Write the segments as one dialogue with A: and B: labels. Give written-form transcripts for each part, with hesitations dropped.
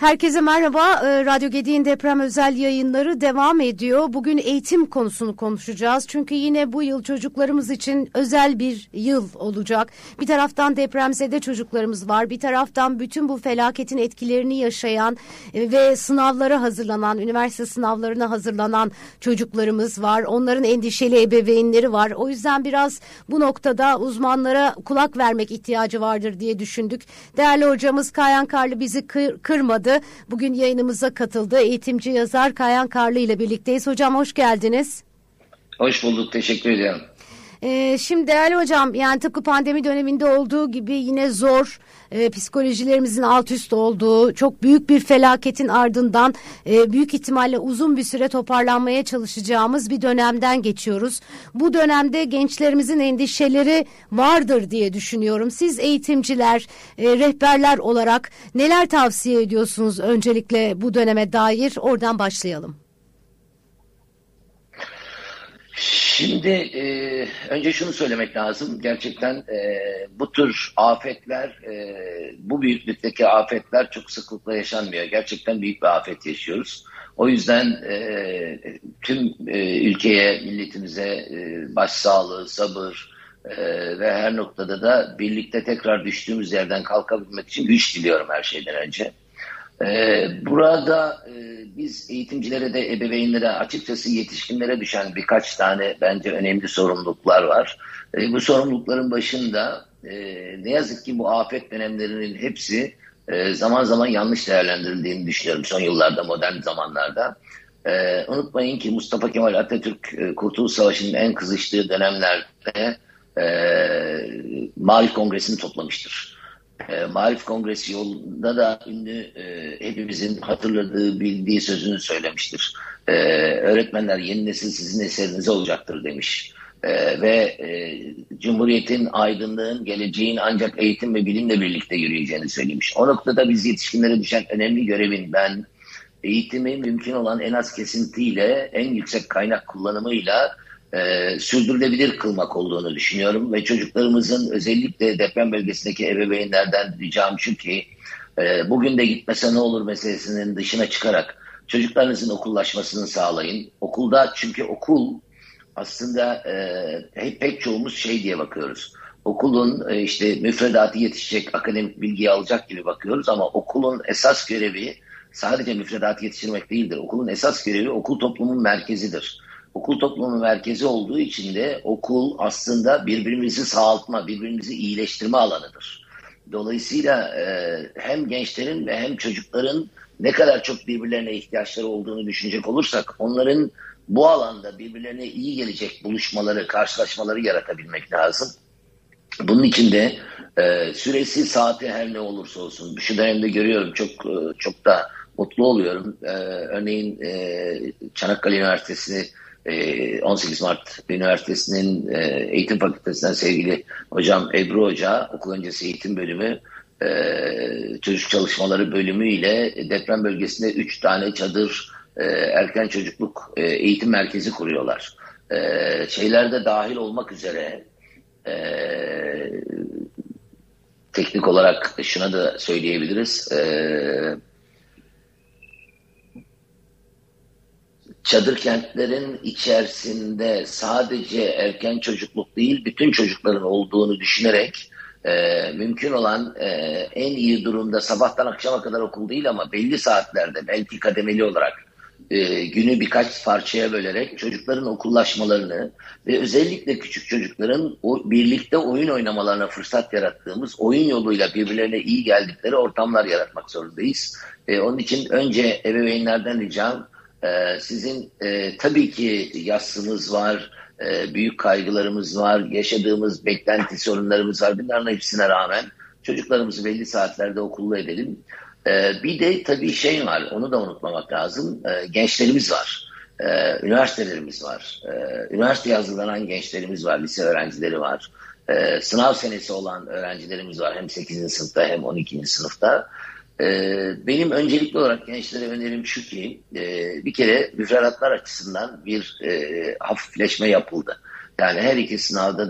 A: Herkese merhaba. Radyo Gedi'nin deprem özel yayınları devam ediyor. Bugün eğitim konusunu konuşacağız. Çünkü yine bu yıl çocuklarımız için özel bir yıl olacak. Bir taraftan depremzede çocuklarımız var. Bir taraftan bütün bu felaketin etkilerini yaşayan ve sınavlara hazırlanan, üniversite sınavlarına hazırlanan çocuklarımız var. Onların endişeli ebeveynleri var. O yüzden biraz bu noktada uzmanlara kulak vermek ihtiyacı vardır diye düşündük. Değerli hocamız Kayhan Karlı bizi kırmadı. Bugün yayınımıza katıldı. Eğitimci yazar Kayhan Karlı ile birlikteyiz. Hocam hoş geldiniz.
B: Hoş bulduk. Teşekkür ederim.
A: Şimdi değerli hocam, yani tıpkı pandemi döneminde olduğu gibi yine zor, psikolojilerimizin alt üst olduğu, çok büyük bir felaketin ardından büyük ihtimalle uzun bir süre toparlanmaya çalışacağımız bir dönemden geçiyoruz. Bu dönemde gençlerimizin endişeleri vardır diye düşünüyorum. Siz eğitimciler, rehberler olarak neler tavsiye ediyorsunuz öncelikle bu döneme dair? Oradan başlayalım.
B: Şimdi önce şunu söylemek lazım. Gerçekten bu tür afetler, bu büyüklükteki afetler çok sıklıkla yaşanmıyor. Gerçekten büyük bir afet yaşıyoruz. O yüzden tüm ülkeye, milletimize başsağlığı, sabır ve her noktada da birlikte tekrar düştüğümüz yerden kalkabilmek için güç diliyorum her şeyden önce. Burada biz eğitimcilere de ebeveynlere açıkçası yetişkinlere düşen birkaç tane bence önemli sorumluluklar var. Bu sorumlulukların başında ne yazık ki bu afet dönemlerinin hepsi zaman zaman yanlış değerlendirildiğini düşünüyorum son yıllarda, modern zamanlarda. Unutmayın ki Mustafa Kemal Atatürk Kurtuluş Savaşı'nın en kızıştığı dönemlerde Marif Kongresi'ni toplamıştır. Marif Kongresi yolunda da ünlü hepimizin hatırladığı, bildiği sözünü söylemiştir. Öğretmenler yeni nesil sizin eserinize olacaktır demiş. Ve Cumhuriyet'in, aydınlığın, geleceğin ancak eğitim ve bilimle birlikte yürüyeceğini söylemiş. O noktada biz yetişkinlere düşen önemli görevin ben eğitimi mümkün olan en az kesintiyle, en yüksek kaynak kullanımıyla sürdürülebilir kılmak olduğunu düşünüyorum ve çocuklarımızın özellikle deprem bölgesindeki ebeveynlerden ricam şu ki bugün de gitmese ne olur meselesinin dışına çıkarak çocuklarınızın okullaşmasını sağlayın. Okulda, çünkü okul aslında pek çoğumuz şey diye bakıyoruz. Okulun işte müfredatı yetişecek, akademik bilgiyi alacak gibi bakıyoruz ama okulun esas görevi sadece müfredatı yetiştirmek değildir. Okulun esas görevi okul toplumun merkezidir. Okul toplumun merkezi olduğu için de okul aslında birbirimizi sağaltma, birbirimizi iyileştirme alanıdır. Dolayısıyla hem gençlerin ve hem çocukların ne kadar çok birbirlerine ihtiyaçları olduğunu düşünecek olursak onların bu alanda birbirlerine iyi gelecek buluşmaları, karşılaşmaları yaratabilmek lazım. Bunun için de süresi, saati her ne olursa olsun. Şu dönemde görüyorum, çok da mutlu oluyorum. Örneğin Çanakkale Üniversitesi 18 Mart Üniversitesi'nin eğitim fakültesinden sevgili hocam Ebru Hoca, okul öncesi eğitim bölümü, çocuk çalışmaları bölümü ile deprem bölgesinde 3 tane çadır erken çocukluk eğitim merkezi kuruyorlar. Şeylerde dahil olmak üzere teknik olarak şuna da söyleyebiliriz. Çadır kentlerin içerisinde sadece erken çocukluk değil, bütün çocukların olduğunu düşünerek mümkün olan en iyi durumda sabahtan akşama kadar okul değil ama belli saatlerde belki kademeli olarak günü birkaç parçaya bölerek çocukların okullaşmalarını ve özellikle küçük çocukların birlikte oyun oynamalarına fırsat yarattığımız, oyun yoluyla birbirlerine iyi geldikleri ortamlar yaratmak zorundayız. Onun için önce ebeveynlerden ricam, sizin tabii ki yassımız var, büyük kaygılarımız var, yaşadığımız beklenti sorunlarımız var. Bunların hepsine rağmen çocuklarımızı belli saatlerde okullu edelim. Bir de tabii şey var, onu da unutmamak lazım. Gençlerimiz var, üniversitelerimiz var, üniversiteye hazırlanan gençlerimiz var, lise öğrencileri var. Sınav senesi olan öğrencilerimiz var, hem 8. sınıfta hem 12. sınıfta. Benim öncelikli olarak gençlere önerim şu ki bir kere müfredatlar açısından bir hafifleşme yapıldı. Yani her iki sınavda da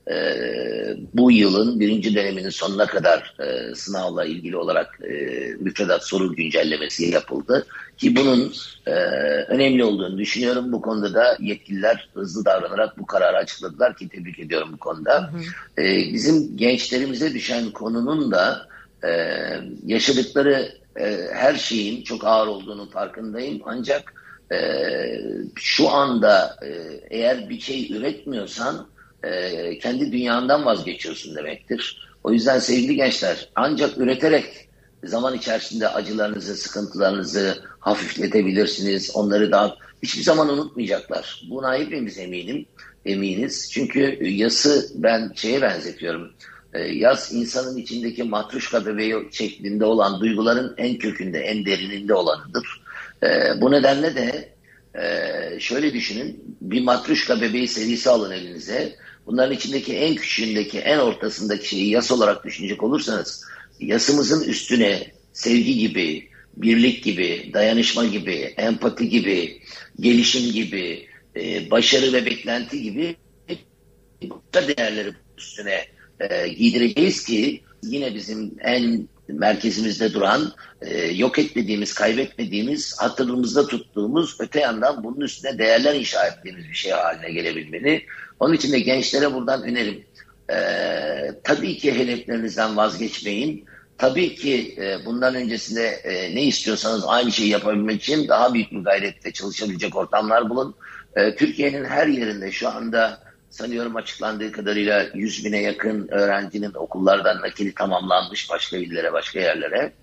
B: bu yılın birinci döneminin sonuna kadar sınavla ilgili olarak müfredat soru güncellemesi yapıldı. Ki bunun önemli olduğunu düşünüyorum. Bu konuda da yetkililer hızlı davranarak bu kararı açıkladılar ki tebrik ediyorum bu konuda. Bizim gençlerimize düşen konunun da yaşadıkları her şeyin çok ağır olduğunu farkındayım. Ancak şu anda eğer bir şey üretmiyorsan kendi dünyandan vazgeçiyorsun demektir. O yüzden sevgili gençler, ancak üreterek zaman içerisinde acılarınızı, sıkıntılarınızı hafifletebilirsiniz. Onları daha hiçbir zaman unutmayacaklar. Buna hepimiz eminiz. Çünkü yası ben şeye benzetiyorum. Yas insanın içindeki matruşka bebeği şeklinde olan duyguların en kökünde, en derininde olanıdır. Bu nedenle de şöyle düşünün, bir matruşka bebeği serisi alın elinize. Bunların içindeki en küçüğündeki, en ortasındaki şeyi yas olarak düşünecek olursanız, yasımızın üstüne sevgi gibi, birlik gibi, dayanışma gibi, empati gibi, gelişim gibi, başarı ve beklenti gibi değerleri üstüne giydireceğiz ki yine bizim en merkezimizde duran, yok etmediğimiz, kaybetmediğimiz, hatırımızda tuttuğumuz, öte yandan bunun üstüne değerler inşa ettiğimiz bir şey haline gelebilmeli. Onun için de gençlere buradan önerim. Tabii ki hedeflerinizden vazgeçmeyin. Tabii ki bundan öncesinde ne istiyorsanız aynı şeyi yapabilmek için daha büyük bir gayretle çalışabilecek ortamlar bulun. Türkiye'nin her yerinde şu anda sanıyorum açıklandığı kadarıyla 100.000'e yakın öğrencinin okullardan nakili tamamlanmış başka illere, başka yerlere.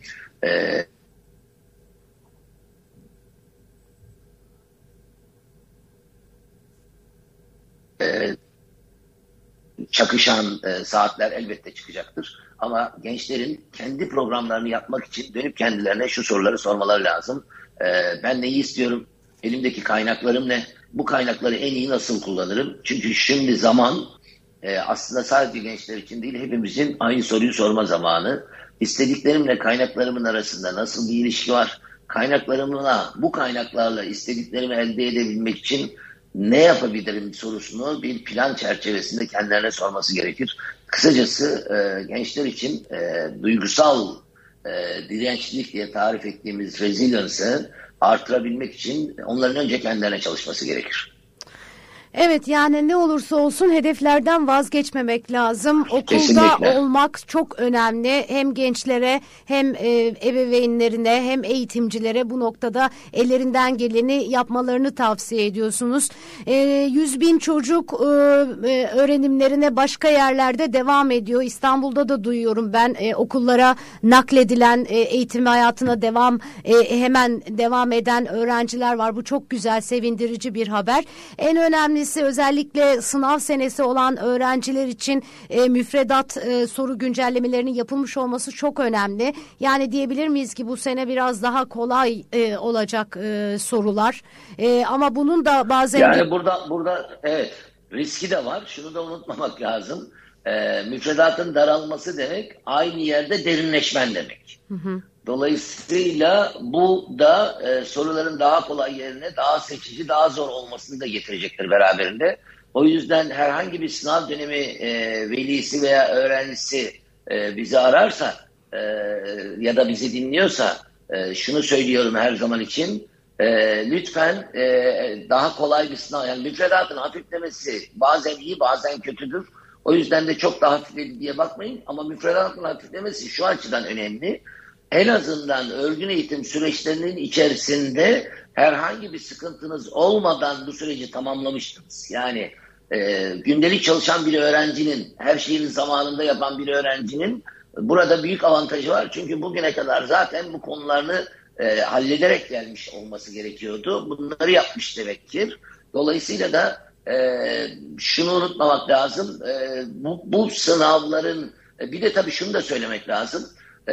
B: Çakışan saatler elbette çıkacaktır. Ama gençlerin kendi programlarını yapmak için dönüp kendilerine şu soruları sormaları lazım. Ben neyi istiyorum? Elimdeki kaynaklarım ne? Bu kaynakları en iyi nasıl kullanırım? Çünkü şimdi zaman aslında sadece gençler için değil, hepimizin aynı soruyu sorma zamanı. İstediklerimle kaynaklarımın arasında nasıl bir ilişki var? Kaynaklarımla, bu kaynaklarla istediklerimi elde edebilmek için ne yapabilirim sorusunu bir plan çerçevesinde kendilerine sorması gerekir. Kısacası gençler için duygusal dirençlilik diye tarif ettiğimiz resilience'ı artırabilmek için onların önce kendilerine çalışması gerekir.
A: Evet, yani ne olursa olsun hedeflerden vazgeçmemek lazım. Okulda
B: Kesinlikle
A: olmak çok önemli. Hem gençlere hem ebeveynlerine hem eğitimcilere bu noktada ellerinden geleni yapmalarını tavsiye ediyorsunuz. 100.000 çocuk öğrenimlerine başka yerlerde devam ediyor. İstanbul'da da duyuyorum ben okullara nakledilen eğitim hayatına hemen devam eden öğrenciler var. Bu çok güzel, sevindirici bir haber. En önemli özellikle sınav senesi olan öğrenciler için müfredat soru güncellemelerinin yapılmış olması çok önemli. Yani diyebilir miyiz ki bu sene biraz daha kolay olacak sorular. Ama bunun da bazen...
B: Yani burada evet riski de var. Şunu da unutmamak lazım. Müfredatın daralması demek aynı yerde derinleşmen demek. Hı hı. Dolayısıyla bu da soruların daha kolay yerine daha seçici, daha zor olmasını da getirecektir beraberinde. O yüzden herhangi bir sınav dönemi velisi veya öğrencisi bizi ararsa ya da bizi dinliyorsa şunu söylüyorum her zaman için. Lütfen daha kolay bir sınav, yani müfredatın hafiflemesi bazen iyi bazen kötüdür. O yüzden de çok da hafifledi diye bakmayın ama müfredatın hafiflemesi şu açıdan önemli. En azından örgün eğitim süreçlerinin içerisinde herhangi bir sıkıntınız olmadan bu süreci tamamlamıştınız. Yani gündelik çalışan bir öğrencinin, her şeyini zamanında yapan bir öğrencinin burada büyük avantajı var. Çünkü bugüne kadar zaten bu konularını hallederek gelmiş olması gerekiyordu. Bunları yapmış demektir. Dolayısıyla da şunu unutmamak lazım. Bu sınavların bir de tabii şunu da söylemek lazım.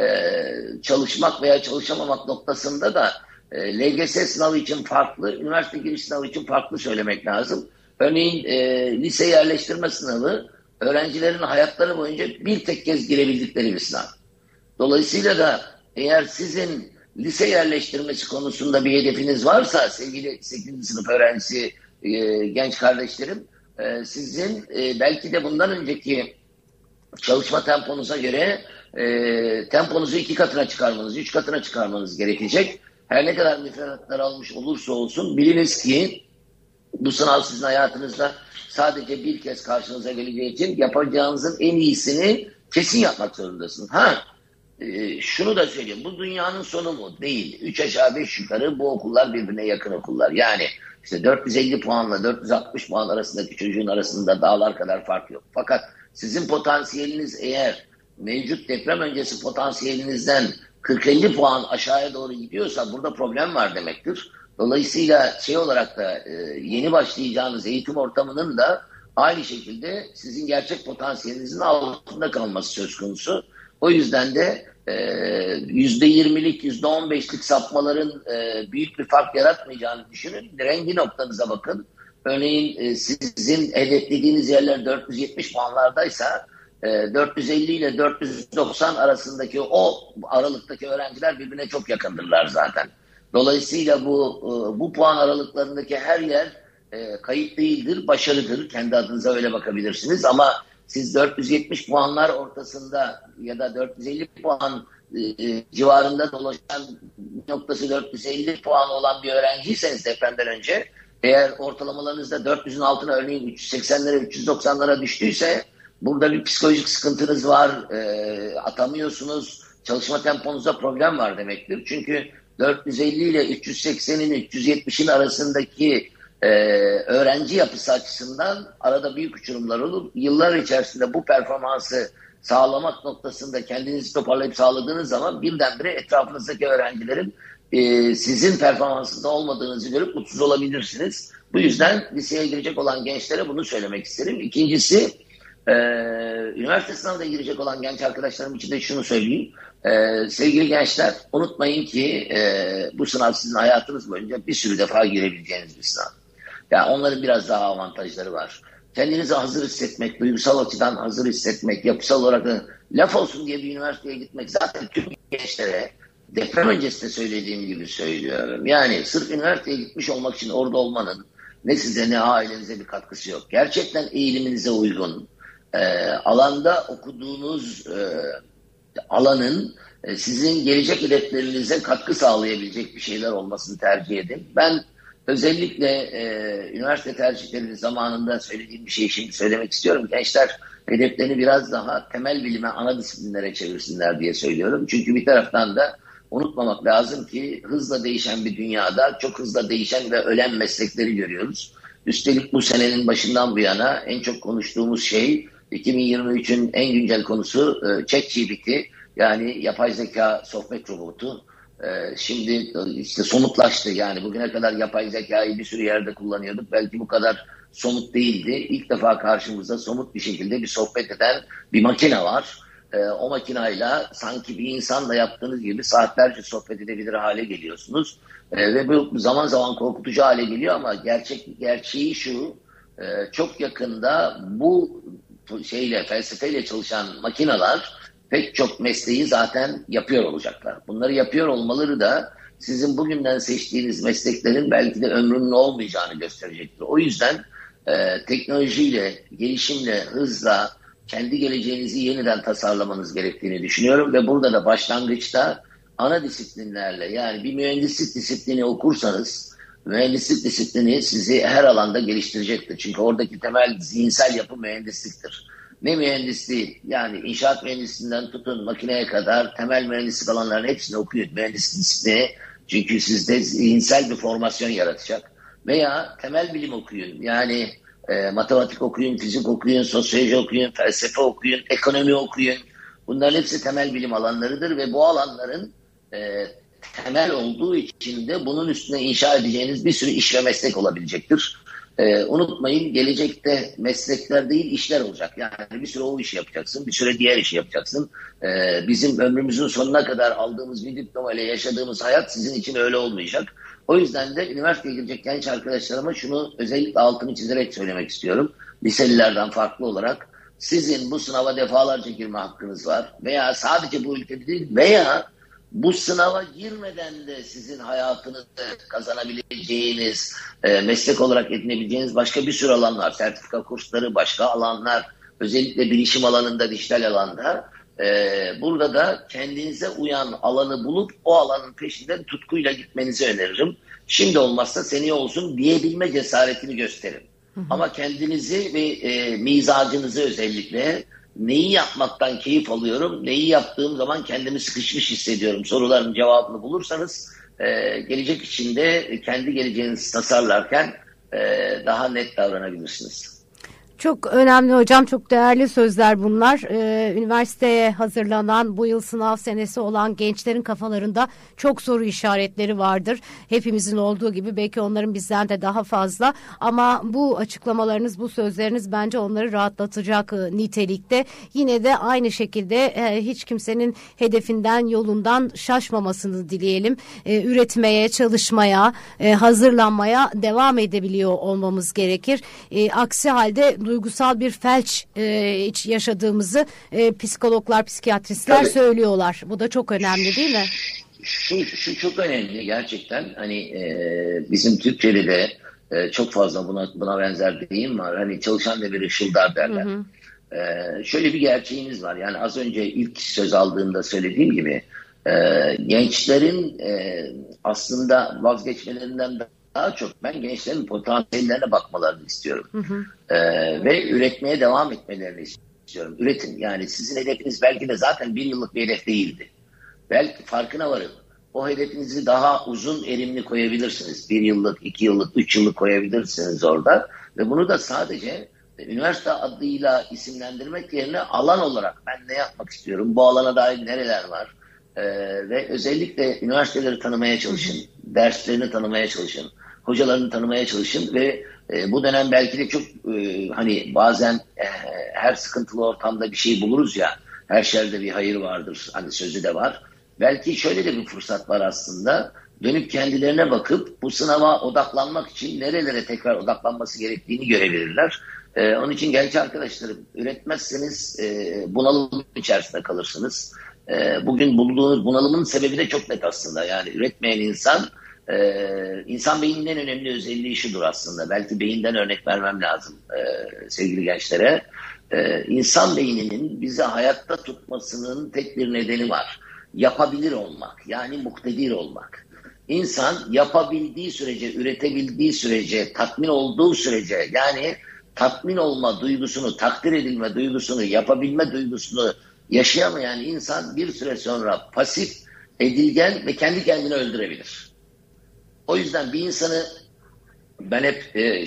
B: Çalışmak veya çalışamamak noktasında da LGS sınavı için farklı, üniversite giriş sınavı için farklı söylemek lazım. Örneğin lise yerleştirme sınavı öğrencilerin hayatları boyunca bir tek kez girebildikleri bir sınav. Dolayısıyla da eğer sizin lise yerleştirmesi konusunda bir hedefiniz varsa sevgili 8. sınıf öğrencisi genç kardeşlerim, sizin belki de bundan önceki çalışma temponuza göre temponuzu 2 katına çıkarmanız, 3 katına çıkarmanız gerekecek. Her ne kadar müfredatlar almış olursa olsun biliniz ki bu sınav sizin hayatınızda sadece bir kez karşınıza geleceği için yapacağınızın en iyisini kesin yapmak zorundasınız. Şunu da söyleyeyim, bu dünyanın sonu mu? Değil. 3 aşağı 5 yukarı bu okullar birbirine yakın okullar. Yani işte 450 puanla 460 puan arasındaki çocuğun arasında dağlar kadar fark yok. Fakat sizin potansiyeliniz eğer mevcut deprem öncesi potansiyelinizden 40-50 puan aşağıya doğru gidiyorsa burada problem var demektir. Dolayısıyla olarak da yeni başlayacağınız eğitim ortamının da aynı şekilde sizin gerçek potansiyelinizin altında kalması söz konusu. O yüzden de %20'lik, %15'lik sapmaların büyük bir fark yaratmayacağını düşünün. Rengi noktanıza bakın. Örneğin sizin hedeflediğiniz yerler 470 puanlardaysa 450 ile 490 arasındaki o aralıktaki öğrenciler birbirine çok yakındırlar zaten. Dolayısıyla bu puan aralıklarındaki her yer kayıp değildir, başarıdır. Kendi adınıza öyle bakabilirsiniz ama siz 470 puanlar ortasında ya da 450 puan civarında dolaşan noktası 450 puan olan bir öğrenciyseniz depremden önce, eğer ortalamalarınızda 400'ün altına örneğin 380'lere 390'lara düştüyse burada bir psikolojik sıkıntınız var, atamıyorsunuz, çalışma temponuzda problem var demektir. Çünkü 450 ile 380'in 370'in arasındaki öğrenci yapısı açısından arada büyük uçurumlar olur. Yıllar içerisinde bu performansı sağlamak noktasında kendinizi toparlayıp sağladığınız zaman birdenbire etrafınızdaki öğrencilerin sizin performansında olmadığınızı görüp mutsuz olabilirsiniz. Bu yüzden liseye girecek olan gençlere bunu söylemek isterim. İkincisi, üniversite sınavına girecek olan genç arkadaşlarım için de şunu söyleyeyim. Sevgili gençler, unutmayın ki bu sınav sizin hayatınız boyunca bir sürü defa girebileceğiniz bir sınav. Yani onların biraz daha avantajları var. Kendinizi hazır hissetmek, duygusal açıdan hazır hissetmek, yapısal olarak da laf olsun diye bir üniversiteye gitmek zaten tüm gençlere deprem öncesinde söylediğim gibi söylüyorum. Yani sırf üniversiteye gitmiş olmak için orada olmanın ne size ne ailenize bir katkısı yok. Gerçekten eğiliminize uygun, alanda okuduğunuz alanın sizin gelecek hedeflerinize katkı sağlayabilecek bir şeyler olmasını tercih edin. Ben özellikle üniversite tercihleri zamanında söylediğim bir şeyi şimdi söylemek istiyorum. Gençler hedeflerini biraz daha temel bilime, ana disiplinlere çevirsinler diye söylüyorum. Çünkü bir taraftan da unutmamak lazım ki hızla değişen bir dünyada çok hızla değişen ve ölen meslekleri görüyoruz. Üstelik bu senenin başından bu yana en çok konuştuğumuz şey 2023'ün en güncel konusu ChatGPT, yani yapay zeka sohbet robotu. Şimdi işte somutlaştı. Yani bugüne kadar yapay zekayı bir sürü yerde kullanıyorduk. Belki bu kadar somut değildi. İlk defa karşımızda somut bir şekilde bir sohbet eden bir makine var. O makinayla sanki bir insanla yaptığınız gibi saatlerce sohbet edebilir hale geliyorsunuz. Ve bu zaman zaman korkutucu hale geliyor ama gerçeği şu: çok yakında bu felsefeyle çalışan makineler pek çok mesleği zaten yapıyor olacaklar. Bunları yapıyor olmaları da sizin bugünden seçtiğiniz mesleklerin belki de ömrünün olmayacağını gösterecektir. O yüzden teknolojiyle, gelişimle, hızla kendi geleceğinizi yeniden tasarlamanız gerektiğini düşünüyorum ve burada da başlangıçta ana disiplinlerle, yani bir mühendislik disiplini okursanız mühendislik disiplini sizi her alanda geliştirecektir. Çünkü oradaki temel zihinsel yapı mühendisliktir. Ne mühendisliği, yani inşaat mühendisliğinden tutun makineye kadar temel mühendislik alanlarının hepsini okuyun. Mühendislik disiplini, çünkü sizde zihinsel bir formasyon yaratacak. Veya temel bilim okuyun. Yani matematik okuyun, fizik okuyun, sosyoloji okuyun, felsefe okuyun, ekonomi okuyun. Bunların hepsi temel bilim alanlarıdır ve bu alanların temel olduğu için de bunun üstüne inşa edeceğiniz bir sürü iş ve meslek olabilecektir. Unutmayın, gelecekte meslekler değil işler olacak. Yani bir süre o işi yapacaksın, bir süre diğer işi yapacaksın. Bizim ömrümüzün sonuna kadar aldığımız bir diplomayla yaşadığımız hayat sizin için öyle olmayacak. O yüzden de üniversiteye girecek genç arkadaşlarıma şunu özellikle altını çizerek söylemek istiyorum. Liselilerden farklı olarak sizin bu sınava defalarca girme hakkınız var. Veya sadece bu ülkede değil veya Bu sınava girmeden de sizin hayatınızda kazanabileceğiniz, meslek olarak edinebileceğiniz başka bir sürü alan var. Sertifika kursları, başka alanlar, özellikle bilişim alanında, dijital alanda. Burada da kendinize uyan alanı bulup o alanın peşinden tutkuyla gitmenizi öneririm. Şimdi olmazsa seneye olsun diyebilme cesaretini gösterin. Ama kendinizi ve mizacınızı özellikle neyi yapmaktan keyif alıyorum, neyi yaptığım zaman kendimi sıkışmış hissediyorum soruların cevabını bulursanız gelecek içinde kendi geleceğinizi tasarlarken daha net davranabilirsiniz.
A: Çok önemli hocam, çok değerli sözler bunlar. Üniversiteye hazırlanan, bu yıl sınav senesi olan gençlerin kafalarında çok soru işaretleri vardır. Hepimizin olduğu gibi, belki onların bizden de daha fazla. Ama bu açıklamalarınız, bu sözleriniz bence onları rahatlatacak nitelikte. Yine de aynı şekilde hiç kimsenin hedefinden, yolundan şaşmamasını dileyelim. Üretmeye, çalışmaya, hazırlanmaya devam edebiliyor olmamız gerekir. Aksi halde duygusal bir felç yaşadığımızı psikologlar, psikiyatristler söylüyorlar. Bu da çok önemli değil mi?
B: Şu çok önemli gerçekten. Hani bizim Türkçe'de de çok fazla buna benzer deyim var. Hani çalışan da bir ışıldar derler. Hı hı. Şöyle bir gerçeğimiz var. Yani az önce ilk söz aldığımda söylediğim gibi gençlerin aslında vazgeçmelerinden daha çok ben gençlerin potansiyellerine bakmalarını istiyorum. Hı hı. Ve üretmeye devam etmelerini istiyorum. Üretin. Yani sizin hedefiniz belki de zaten bir yıllık bir hedef değildi. Belki farkına varın. O hedefinizi daha uzun erimli koyabilirsiniz. 1 yıllık, 2 yıllık, 3 yıllık koyabilirsiniz orada. Ve bunu da sadece üniversite adıyla isimlendirmek yerine alan olarak ben ne yapmak istiyorum? Bu alana dair nereler var? Ve özellikle üniversiteleri tanımaya çalışın. Derslerini tanımaya çalışın. Hocalarını tanımaya çalışın ve bu dönem belki de çok hani bazen her sıkıntılı ortamda bir şey buluruz ya, her şerde bir hayır vardır hani sözü de var. Belki şöyle de bir fırsat var aslında, dönüp kendilerine bakıp bu sınava odaklanmak için nerelere tekrar odaklanması gerektiğini görebilirler. Onun için genç arkadaşlarım, üretmezseniz bunalım içerisinde kalırsınız. Bugün bulduğunuz bunalımın sebebi de çok net aslında. Yani üretmeyen insan beyninin en önemli özelliği şudur aslında. Belki beyinden örnek vermem lazım sevgili gençlere. İnsan beyninin bizi hayatta tutmasının tek bir nedeni var. Yapabilir olmak, yani muktedir olmak. İnsan yapabildiği sürece, üretebildiği sürece, tatmin olduğu sürece, yani tatmin olma duygusunu, takdir edilme duygusunu, yapabilme duygusunu yaşayamayan insan bir süre sonra pasif, edilgen ve kendi kendini öldürebilir. O yüzden bir insanı ben hep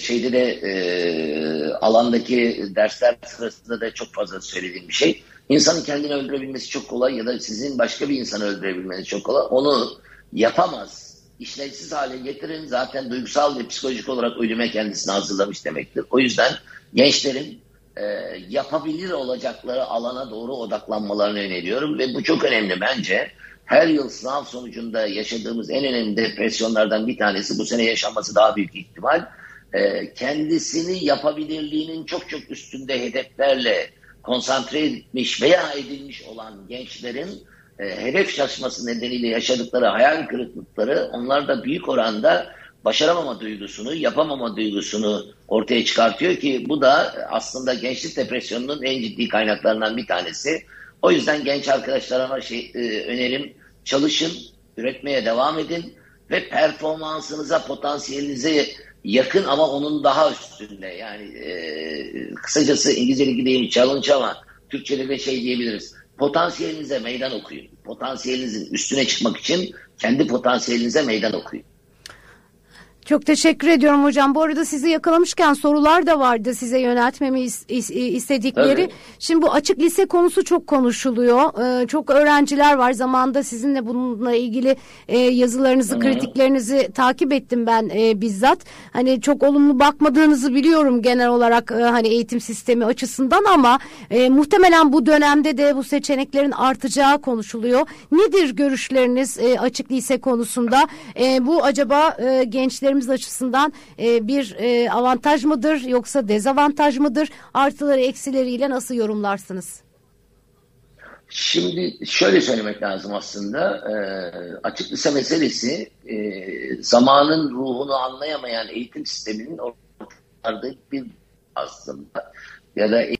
B: alandaki dersler sırasında da çok fazla söylediğim bir şey. İnsanın kendini öldürebilmesi çok kolay ya da sizin başka bir insanı öldürebilmeniz çok kolay. Onu yapamaz, işlevsiz hale getirin. Zaten duygusal ve psikolojik olarak ölüme kendisini hazırlamış demektir. O yüzden gençlerin yapabilir olacakları alana doğru odaklanmalarını öneriyorum ve bu çok önemli bence. Her yıl sınav sonucunda yaşadığımız en önemli depresyonlardan bir tanesi, bu sene yaşanması daha büyük ihtimal. Kendisini yapabilirliğinin çok çok üstünde hedeflerle konsantre etmiş veya edilmiş olan gençlerin hedef şaşması nedeniyle yaşadıkları hayal kırıklıkları onlarda büyük oranda başaramama duygusunu, yapamama duygusunu ortaya çıkartıyor ki bu da aslında gençlik depresyonunun en ciddi kaynaklarından bir tanesi. O yüzden genç arkadaşlarıma önerim, çalışın, üretmeye devam edin ve performansınıza, potansiyelinize yakın ama onun daha üstünde. Yani kısacası İngilizce'deki deyim challenge ama Türkçe'de de diyebiliriz. Potansiyelinize meydan okuyun. Potansiyelinizin üstüne çıkmak için kendi potansiyelinize meydan okuyun.
A: Çok teşekkür ediyorum hocam. Bu arada sizi yakalamışken sorular da vardı size yöneltmemi istedikleri.
B: Tabii.
A: Şimdi bu açık lise konusu çok konuşuluyor. Çok öğrenciler var. Zamanında sizinle bununla ilgili yazılarınızı, kritiklerinizi takip ettim ben bizzat. Hani çok olumlu bakmadığınızı biliyorum genel olarak hani eğitim sistemi açısından ama muhtemelen bu dönemde de bu seçeneklerin artacağı konuşuluyor. Nedir görüşleriniz açık lise konusunda? Bu acaba gençlerimiz açısından bir avantaj mıdır yoksa dezavantaj mıdır? Artıları eksileriyle nasıl yorumlarsınız?
B: Şimdi şöyle söylemek lazım aslında. Açık lise meselesi zamanın ruhunu anlayamayan eğitim sisteminin ortada bir aslında ya da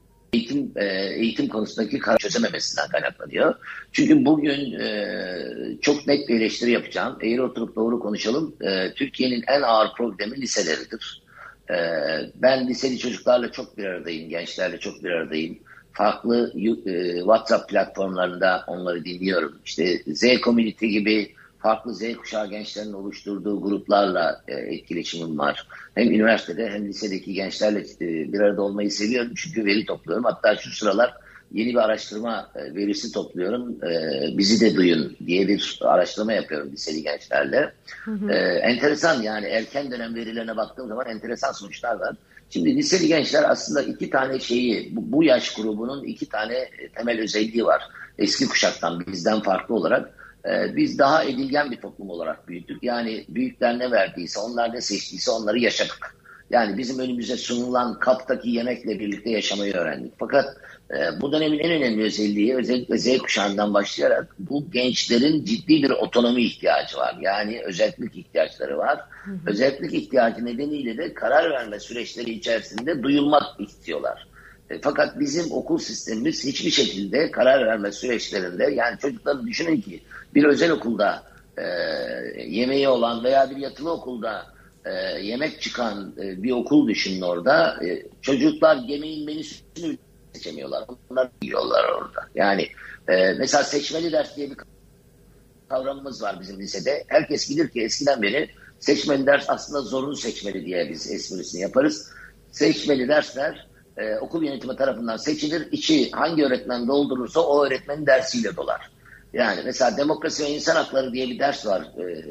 B: eğitim konusundaki karar çözememesinden kaynaklanıyor. Çünkü bugün çok net bir eleştiri yapacağım. Eğer oturup doğru konuşalım. Türkiye'nin en ağır problemi liseleridir. Ben liseli çocuklarla çok bir aradayım, gençlerle çok bir aradayım. Farklı WhatsApp platformlarında onları dinliyorum. İşte Z Community gibi farklı Z kuşağı gençlerin oluşturduğu gruplarla etkileşimim var. Hem üniversitede hem lisedeki gençlerle bir arada olmayı seviyorum. Çünkü veri topluyorum. Hatta şu sıralar yeni bir araştırma verisi topluyorum. Bizi de duyun diye bir araştırma yapıyorum liseli gençlerle. Hı hı. Enteresan, yani erken dönem verilerine baktığım zaman enteresan sonuçlar var. Şimdi liseli gençler aslında iki tane bu yaş grubunun iki tane temel özelliği var. Eski kuşaktan bizden farklı olarak. Biz daha edilgen bir toplum olarak büyüdük. Yani büyükler ne verdiyse, onlar ne seçtiyse onları yaşadık. Yani bizim önümüze sunulan kaptaki yemekle birlikte yaşamayı öğrendik. Fakat bu dönemin en önemli özelliği, özellikle Z kuşağından başlayarak bu gençlerin ciddi bir otonomi ihtiyacı var. Yani özellik ihtiyaçları var. Hı hı. Özellik ihtiyacı nedeniyle de karar verme süreçleri içerisinde duyulmak istiyorlar. Fakat bizim okul sistemimiz hiçbir şekilde karar verme süreçlerinde, yani çocukları düşünün ki bir özel okulda yemeği olan veya bir yatılı okulda yemek çıkan bir okul düşünün orada. Çocuklar yemeğin menüsünü seçemiyorlar. Onlar yiyorlar orada. Yani mesela seçmeli ders diye bir kavramımız var bizim lisede. Herkes bilir ki eskiden beri seçmeli ders aslında zorunlu seçmeli diye biz esprisini yaparız. Seçmeli dersler okul yönetimi tarafından seçilir. İçi hangi öğretmen doldurursa o öğretmenin dersiyle dolar. Yani mesela demokrasi ve insan hakları diye bir ders var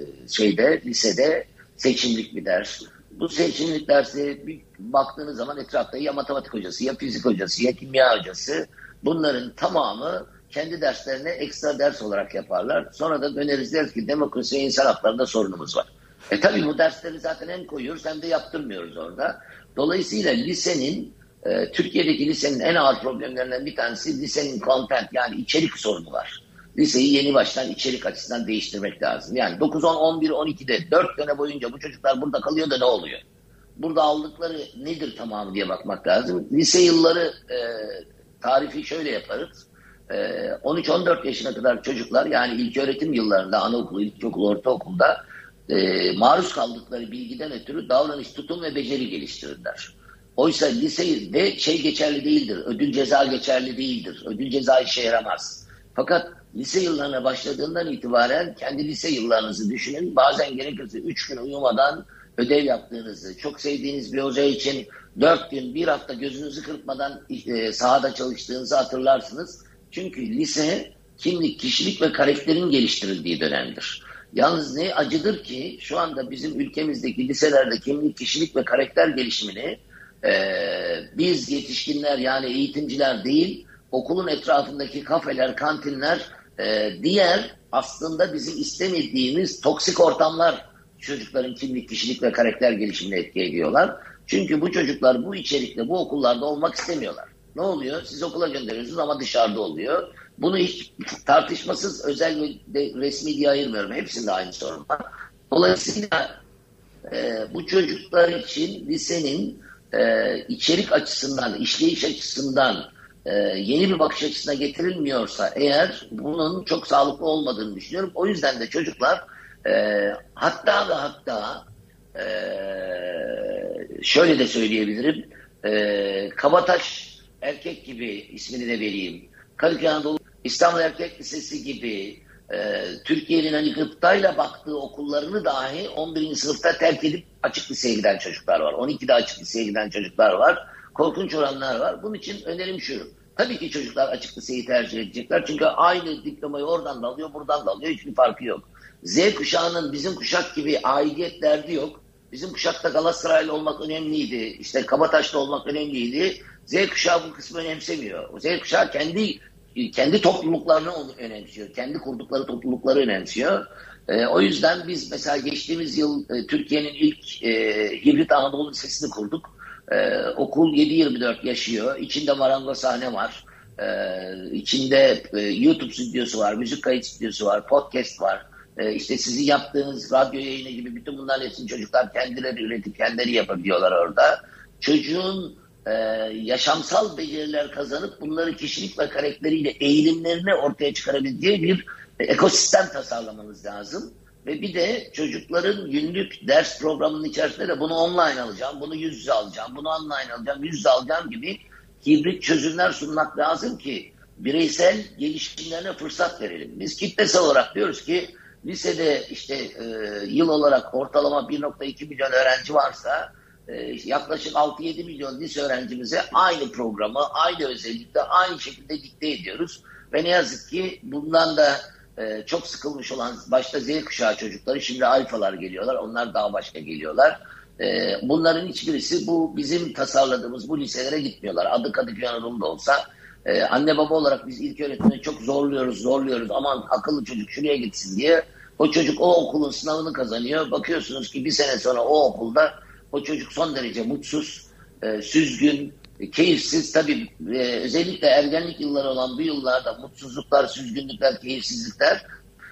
B: lisede, seçimlik bir ders. Bu seçimlik dersi bir baktığınız zaman etrafta ya matematik hocası, ya fizik hocası, ya kimya hocası, bunların tamamı kendi derslerine ekstra ders olarak yaparlar. Sonra da döneriz deriz ki demokrasi ve insan haklarında sorunumuz var. Tabii bu dersleri zaten hem koyuyoruz hem de yaptırmıyoruz orada. Dolayısıyla Türkiye'deki lisenin en ağır problemlerinden bir tanesi lisenin content, yani içerik sorunu var. Liseyi yeni baştan içerik açısından değiştirmek lazım. Yani 9, 10, 11, 12'de 4 sene boyunca bu çocuklar burada kalıyor da ne oluyor? Burada aldıkları nedir tamamı diye bakmak lazım. Lise yılları tarifi şöyle yaparız. 13-14 yaşına kadar çocuklar, yani ilköğretim yıllarında, anaokulu, ilkokul, ortaokulda maruz kaldıkları bilgiden ötürü davranış, tutum ve beceri geliştirirler. Oysa lisede geçerli değildir. Ödül ceza geçerli değildir. Ödül ceza işe yaramaz. Fakat lise yıllarına başladığından itibaren kendi lise yıllarınızı düşünün. Bazen gerekirse 3 gün uyumadan ödev yaptığınızı, çok sevdiğiniz bir hoca için 4 gün, 1 hafta gözünüzü kırpmadan sahada çalıştığınızı hatırlarsınız. Çünkü lise kimlik, kişilik ve karakterin geliştirildiği dönemdir. Yalnız ne acıdır ki şu anda bizim ülkemizdeki liselerde kimlik, kişilik ve karakter gelişimini biz yetişkinler, yani eğitimciler değil, okulun etrafındaki kafeler, kantinler, diğer aslında bizim istemediğimiz toksik ortamlar çocukların kimlik, kişilik ve karakter gelişimine etki ediyorlar. Çünkü bu çocuklar bu içerikte, bu okullarda olmak istemiyorlar. Ne oluyor? Siz okula gönderiyorsunuz ama dışarıda oluyor. Bunu hiç tartışmasız özel ve resmi diye ayırmıyorum. Hepsinde aynı sorun var. Dolayısıyla bu çocuklar için lisenin içerik açısından, işleyiş açısından yeni bir bakış açısına getirilmiyorsa eğer, bunun çok sağlıklı olmadığını düşünüyorum. O yüzden de çocuklar hatta şöyle de söyleyebilirim, Kabataş Erkek gibi ismini de vereyim, Kadıköy Anadolu İstanbul Erkek Lisesi gibi Türkiye'nin hani gıptayla baktığı okullarını dahi 11. sınıfta terk edip açık liseye giden çocuklar var. 12'de açık liseye giden çocuklar var. Korkunç oranlar var. Bunun için önerim şu: tabii ki çocuklar açık liseyi tercih edecekler. Çünkü aynı diplomayı oradan da alıyor, buradan da alıyor. Hiçbir farkı yok. Z kuşağının bizim kuşak gibi aidiyet derdi yok. Bizim kuşakta Galatasaraylı olmak önemliydi. İşte Kabataş'ta olmak önemliydi. Z kuşağı bu kısmı önemsemiyor. O Z kuşağı kendi topluluklarını önemsiyor. Kendi kurdukları toplulukları önemsiyor. O yüzden biz mesela geçtiğimiz yıl Türkiye'nin ilk hibrit Anadolu Lisesi'ni kurduk. Okul 7/24 yaşıyor. İçinde marangozhane var. İçinde YouTube stüdyosu var, müzik kayıt stüdyosu var, podcast var. İşte sizin yaptığınız radyo yayını gibi bütün bunların hepsini çocuklar kendileri üretip kendileri yapabiliyorlar orada. Çocuğun yaşamsal beceriler kazanıp bunları kişilik ve karakteriyle eğilimlerini ortaya çıkarabildiği bir ekosistem tasarlamanız lazım. Ve bir de çocukların günlük ders programının içerisinde de bunu online alacağım, bunu yüz yüze alacağım, bunu online alacağım, yüz yüze alacağım gibi hibrit çözümler sunmak lazım ki bireysel gelişimlerine fırsat verelim. Biz kitlesel olarak diyoruz ki lisede işte yıl olarak ortalama 1,2 milyon öğrenci varsa yaklaşık 6-7 milyon lise öğrencimize aynı programı, aynı özellikle, aynı şekilde dikte ediyoruz. Ve ne yazık ki bundan da çok sıkılmış olan başta Z kuşağı çocukları şimdi alfalar geliyorlar. Onlar daha başka geliyorlar. Bunların hiçbirisi bu bizim tasarladığımız bu liselere gitmiyorlar. Adı Kadıköy Anadolu'da olsa anne baba olarak biz ilk öğretmeni çok zorluyoruz. Aman akıllı çocuk şuraya gitsin diye. O çocuk o okulun sınavını kazanıyor. Bakıyorsunuz ki bir sene sonra o okulda o çocuk son derece mutsuz, süzgün, keyifsiz. Tabii özellikle ergenlik yılları olan bu yıllarda mutsuzluklar, süzgünlükler, keyifsizlikler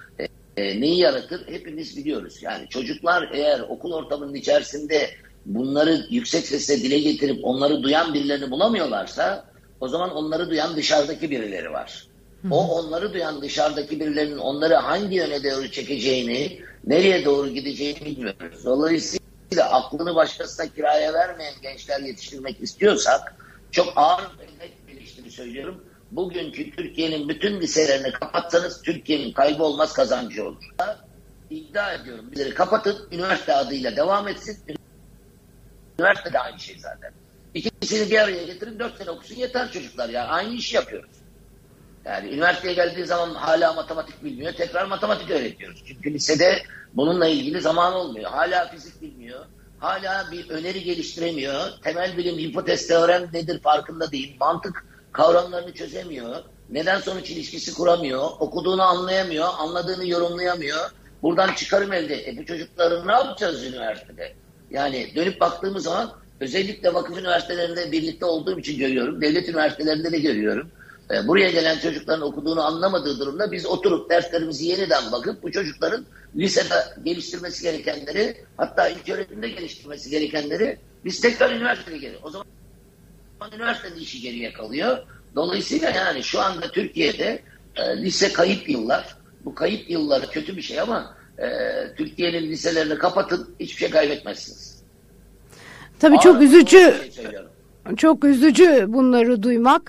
B: neyi yaratır? Hepimiz biliyoruz. Yani çocuklar eğer okul ortamının içerisinde bunları yüksek sesle dile getirip onları duyan birilerini bulamıyorlarsa o zaman onları duyan dışarıdaki birileri var. O onları duyan dışarıdaki birilerinin onları hangi yöne doğru çekeceğini, nereye doğru gideceğini bilmiyoruz. Dolayısıyla aklını başkasına kiraya vermeyen gençler yetiştirmek istiyorsak çok ağır ve net bir eleştiri söylüyorum. Bugünkü Türkiye'nin bütün liselerini kapatsanız Türkiye'nin kaybı olmaz kazancı olur. İddia ediyorum. Bizleri kapatın, üniversite adıyla devam etsin. Üniversite de aynı şey zaten. İkisini bir araya getirin, 4 sene okusun yeter çocuklar ya. Aynı işi yapıyoruz. Yani üniversiteye geldiği zaman hala matematik bilmiyor. Tekrar matematik öğretiyoruz. Çünkü lisede bununla ilgili zaman olmuyor. Hala fizik bilmiyor. Hala bir öneri geliştiremiyor. Temel bilim, hipotez, teorem nedir farkında değil. Mantık kavramlarını çözemiyor. Neden sonuç ilişkisi kuramıyor. Okuduğunu anlayamıyor. Anladığını yorumlayamıyor. Buradan çıkarım elde. Bu çocukları ne yapacağız üniversitede? Yani dönüp baktığımız zaman özellikle vakıf üniversitelerinde birlikte olduğum için görüyorum. Devlet üniversitelerinde de görüyorum. Buraya gelen çocukların okuduğunu anlamadığı durumda biz oturup derslerimizi yeniden bakıp bu çocukların lisede geliştirmesi gerekenleri, hatta ilköğretimde geliştirmesi gerekenleri biz tekrar üniversiteye geliyoruz. O zaman üniversitenin işi geriye kalıyor. Dolayısıyla yani şu anda Türkiye'de lise kayıp yıllar. Bu kayıp yılları kötü bir şey ama Türkiye'nin liselerini kapatın, hiçbir şey kaybetmezsiniz.
A: Tabii çok üzücü. Çok üzücü bunları duymak.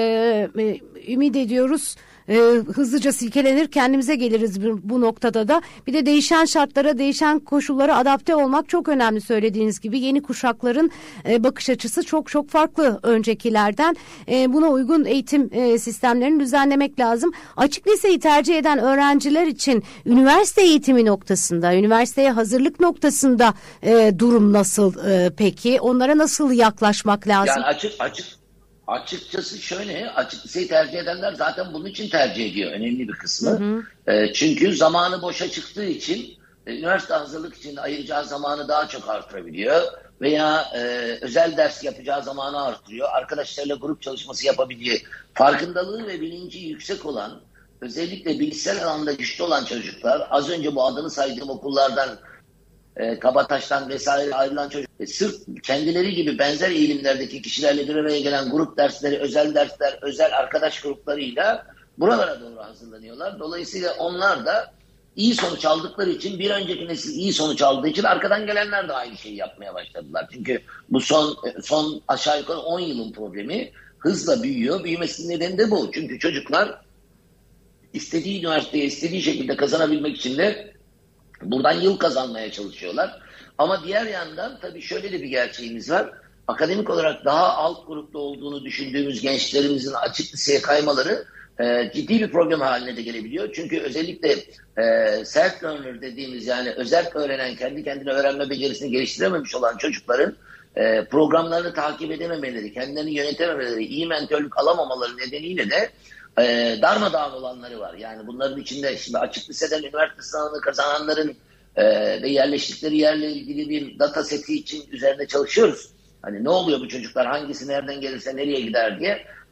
A: Ümit ediyoruz hızlıca silkelenir, kendimize geliriz bu noktada da. Bir de değişen şartlara, değişen koşullara adapte olmak çok önemli, söylediğiniz gibi. Yeni kuşakların bakış açısı çok çok farklı öncekilerden. Buna uygun eğitim sistemlerini düzenlemek lazım. Açık liseyi tercih eden öğrenciler için üniversite eğitimi noktasında, üniversiteye hazırlık noktasında durum nasıl peki? Onlara nasıl yaklaşmak lazım?
B: Yani açıkçası şöyle, açık liseyi tercih edenler zaten bunun için tercih ediyor önemli bir kısmı. Çünkü zamanı boşa çıktığı için üniversite hazırlık için ayıracağı zamanı daha çok artırabiliyor. Veya özel ders yapacağı zamanı artırıyor. Arkadaşlarıyla grup çalışması yapabiliyor. Farkındalığı ve bilinci yüksek olan, özellikle bilişsel alanda güçlü olan çocuklar, az önce bu adını saydığım okullardan, Kabataş'tan vesaire ayrılan çocuk sırf kendileri gibi benzer eğilimlerdeki kişilerle bir araya gelen grup dersleri, özel dersler, özel arkadaş gruplarıyla buralara doğru hazırlanıyorlar. Dolayısıyla onlar da iyi sonuç aldıkları için, bir önceki nesil iyi sonuç aldığı için arkadan gelenler de aynı şeyi yapmaya başladılar. Çünkü bu son aşağı yukarı 10 yılın problemi hızla büyüyor. Büyümesinin nedeni de bu. Çünkü çocuklar istediği üniversiteye istediği şekilde kazanabilmek için de buradan yıl kazanmaya çalışıyorlar. Ama diğer yandan tabii şöyle de bir gerçeğimiz var. Akademik olarak daha alt grupta olduğunu düşündüğümüz gençlerimizin açık liseye kaymaları ciddi bir problem haline de gelebiliyor. Çünkü özellikle self-learner dediğimiz, yani özerk öğrenen, kendi kendine öğrenme becerisini geliştirememiş olan çocukların programlarını takip edememeleri, kendilerini yönetememeleri, iyi mentörlük alamamaları nedeniyle de darmadağın olanları var. Yani bunların içinde şimdi açık liseden üniversite sınavını kazananların ve yerleştikleri yerle ilgili bir data seti için üzerinde çalışıyoruz. Hani ne oluyor bu çocuklar, hangisi nereden gelirse nereye gider diye.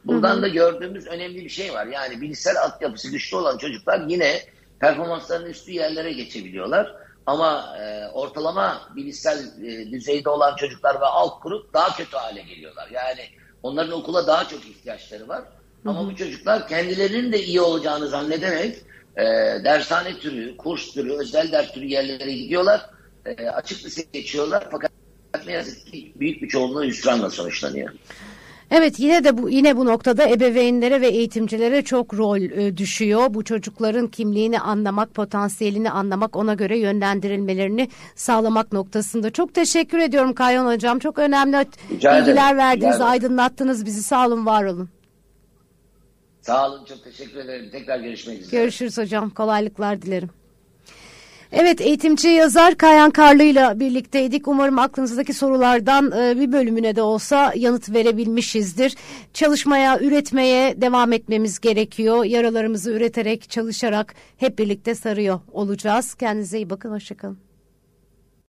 B: Buradan da gördüğümüz önemli bir şey var. Yani bilişsel altyapısı güçlü olan çocuklar yine performanslarının üstü yerlere geçebiliyorlar. Ama ortalama bilişsel düzeyde olan çocuklar ve alt grup daha kötü hale geliyorlar. Yani onların okula daha çok ihtiyaçları var. Ama bu çocuklar kendilerinin de iyi olacağını zannederek dershane türü, kurs türü, özel ders türü yerlere gidiyorlar. Açık lise geçiyorlar. Fakat ne yazık ki büyük bir çoğunluğu hüsranla sonuçlanıyor.
A: Evet, yine bu noktada ebeveynlere ve eğitimcilere çok rol düşüyor. Bu çocukların kimliğini anlamak, potansiyelini anlamak, ona göre yönlendirilmelerini sağlamak noktasında. Çok teşekkür ediyorum Kayhan Hocam. Çok önemli bilgiler verdiniz, aydınlattınız bizi. Sağ olun, var olun.
B: Sağ olun, çok teşekkür ederim. Tekrar görüşmek üzere.
A: Görüşürüz hocam. Kolaylıklar dilerim. Evet, eğitimci yazar Kayhan Karlı'yla birlikteydik. Umarım aklınızdaki sorulardan bir bölümüne de olsa yanıt verebilmişizdir. Çalışmaya, üretmeye devam etmemiz gerekiyor. Yaralarımızı üreterek, çalışarak hep birlikte sarıyor olacağız. Kendinize iyi bakın, hoşça kalın.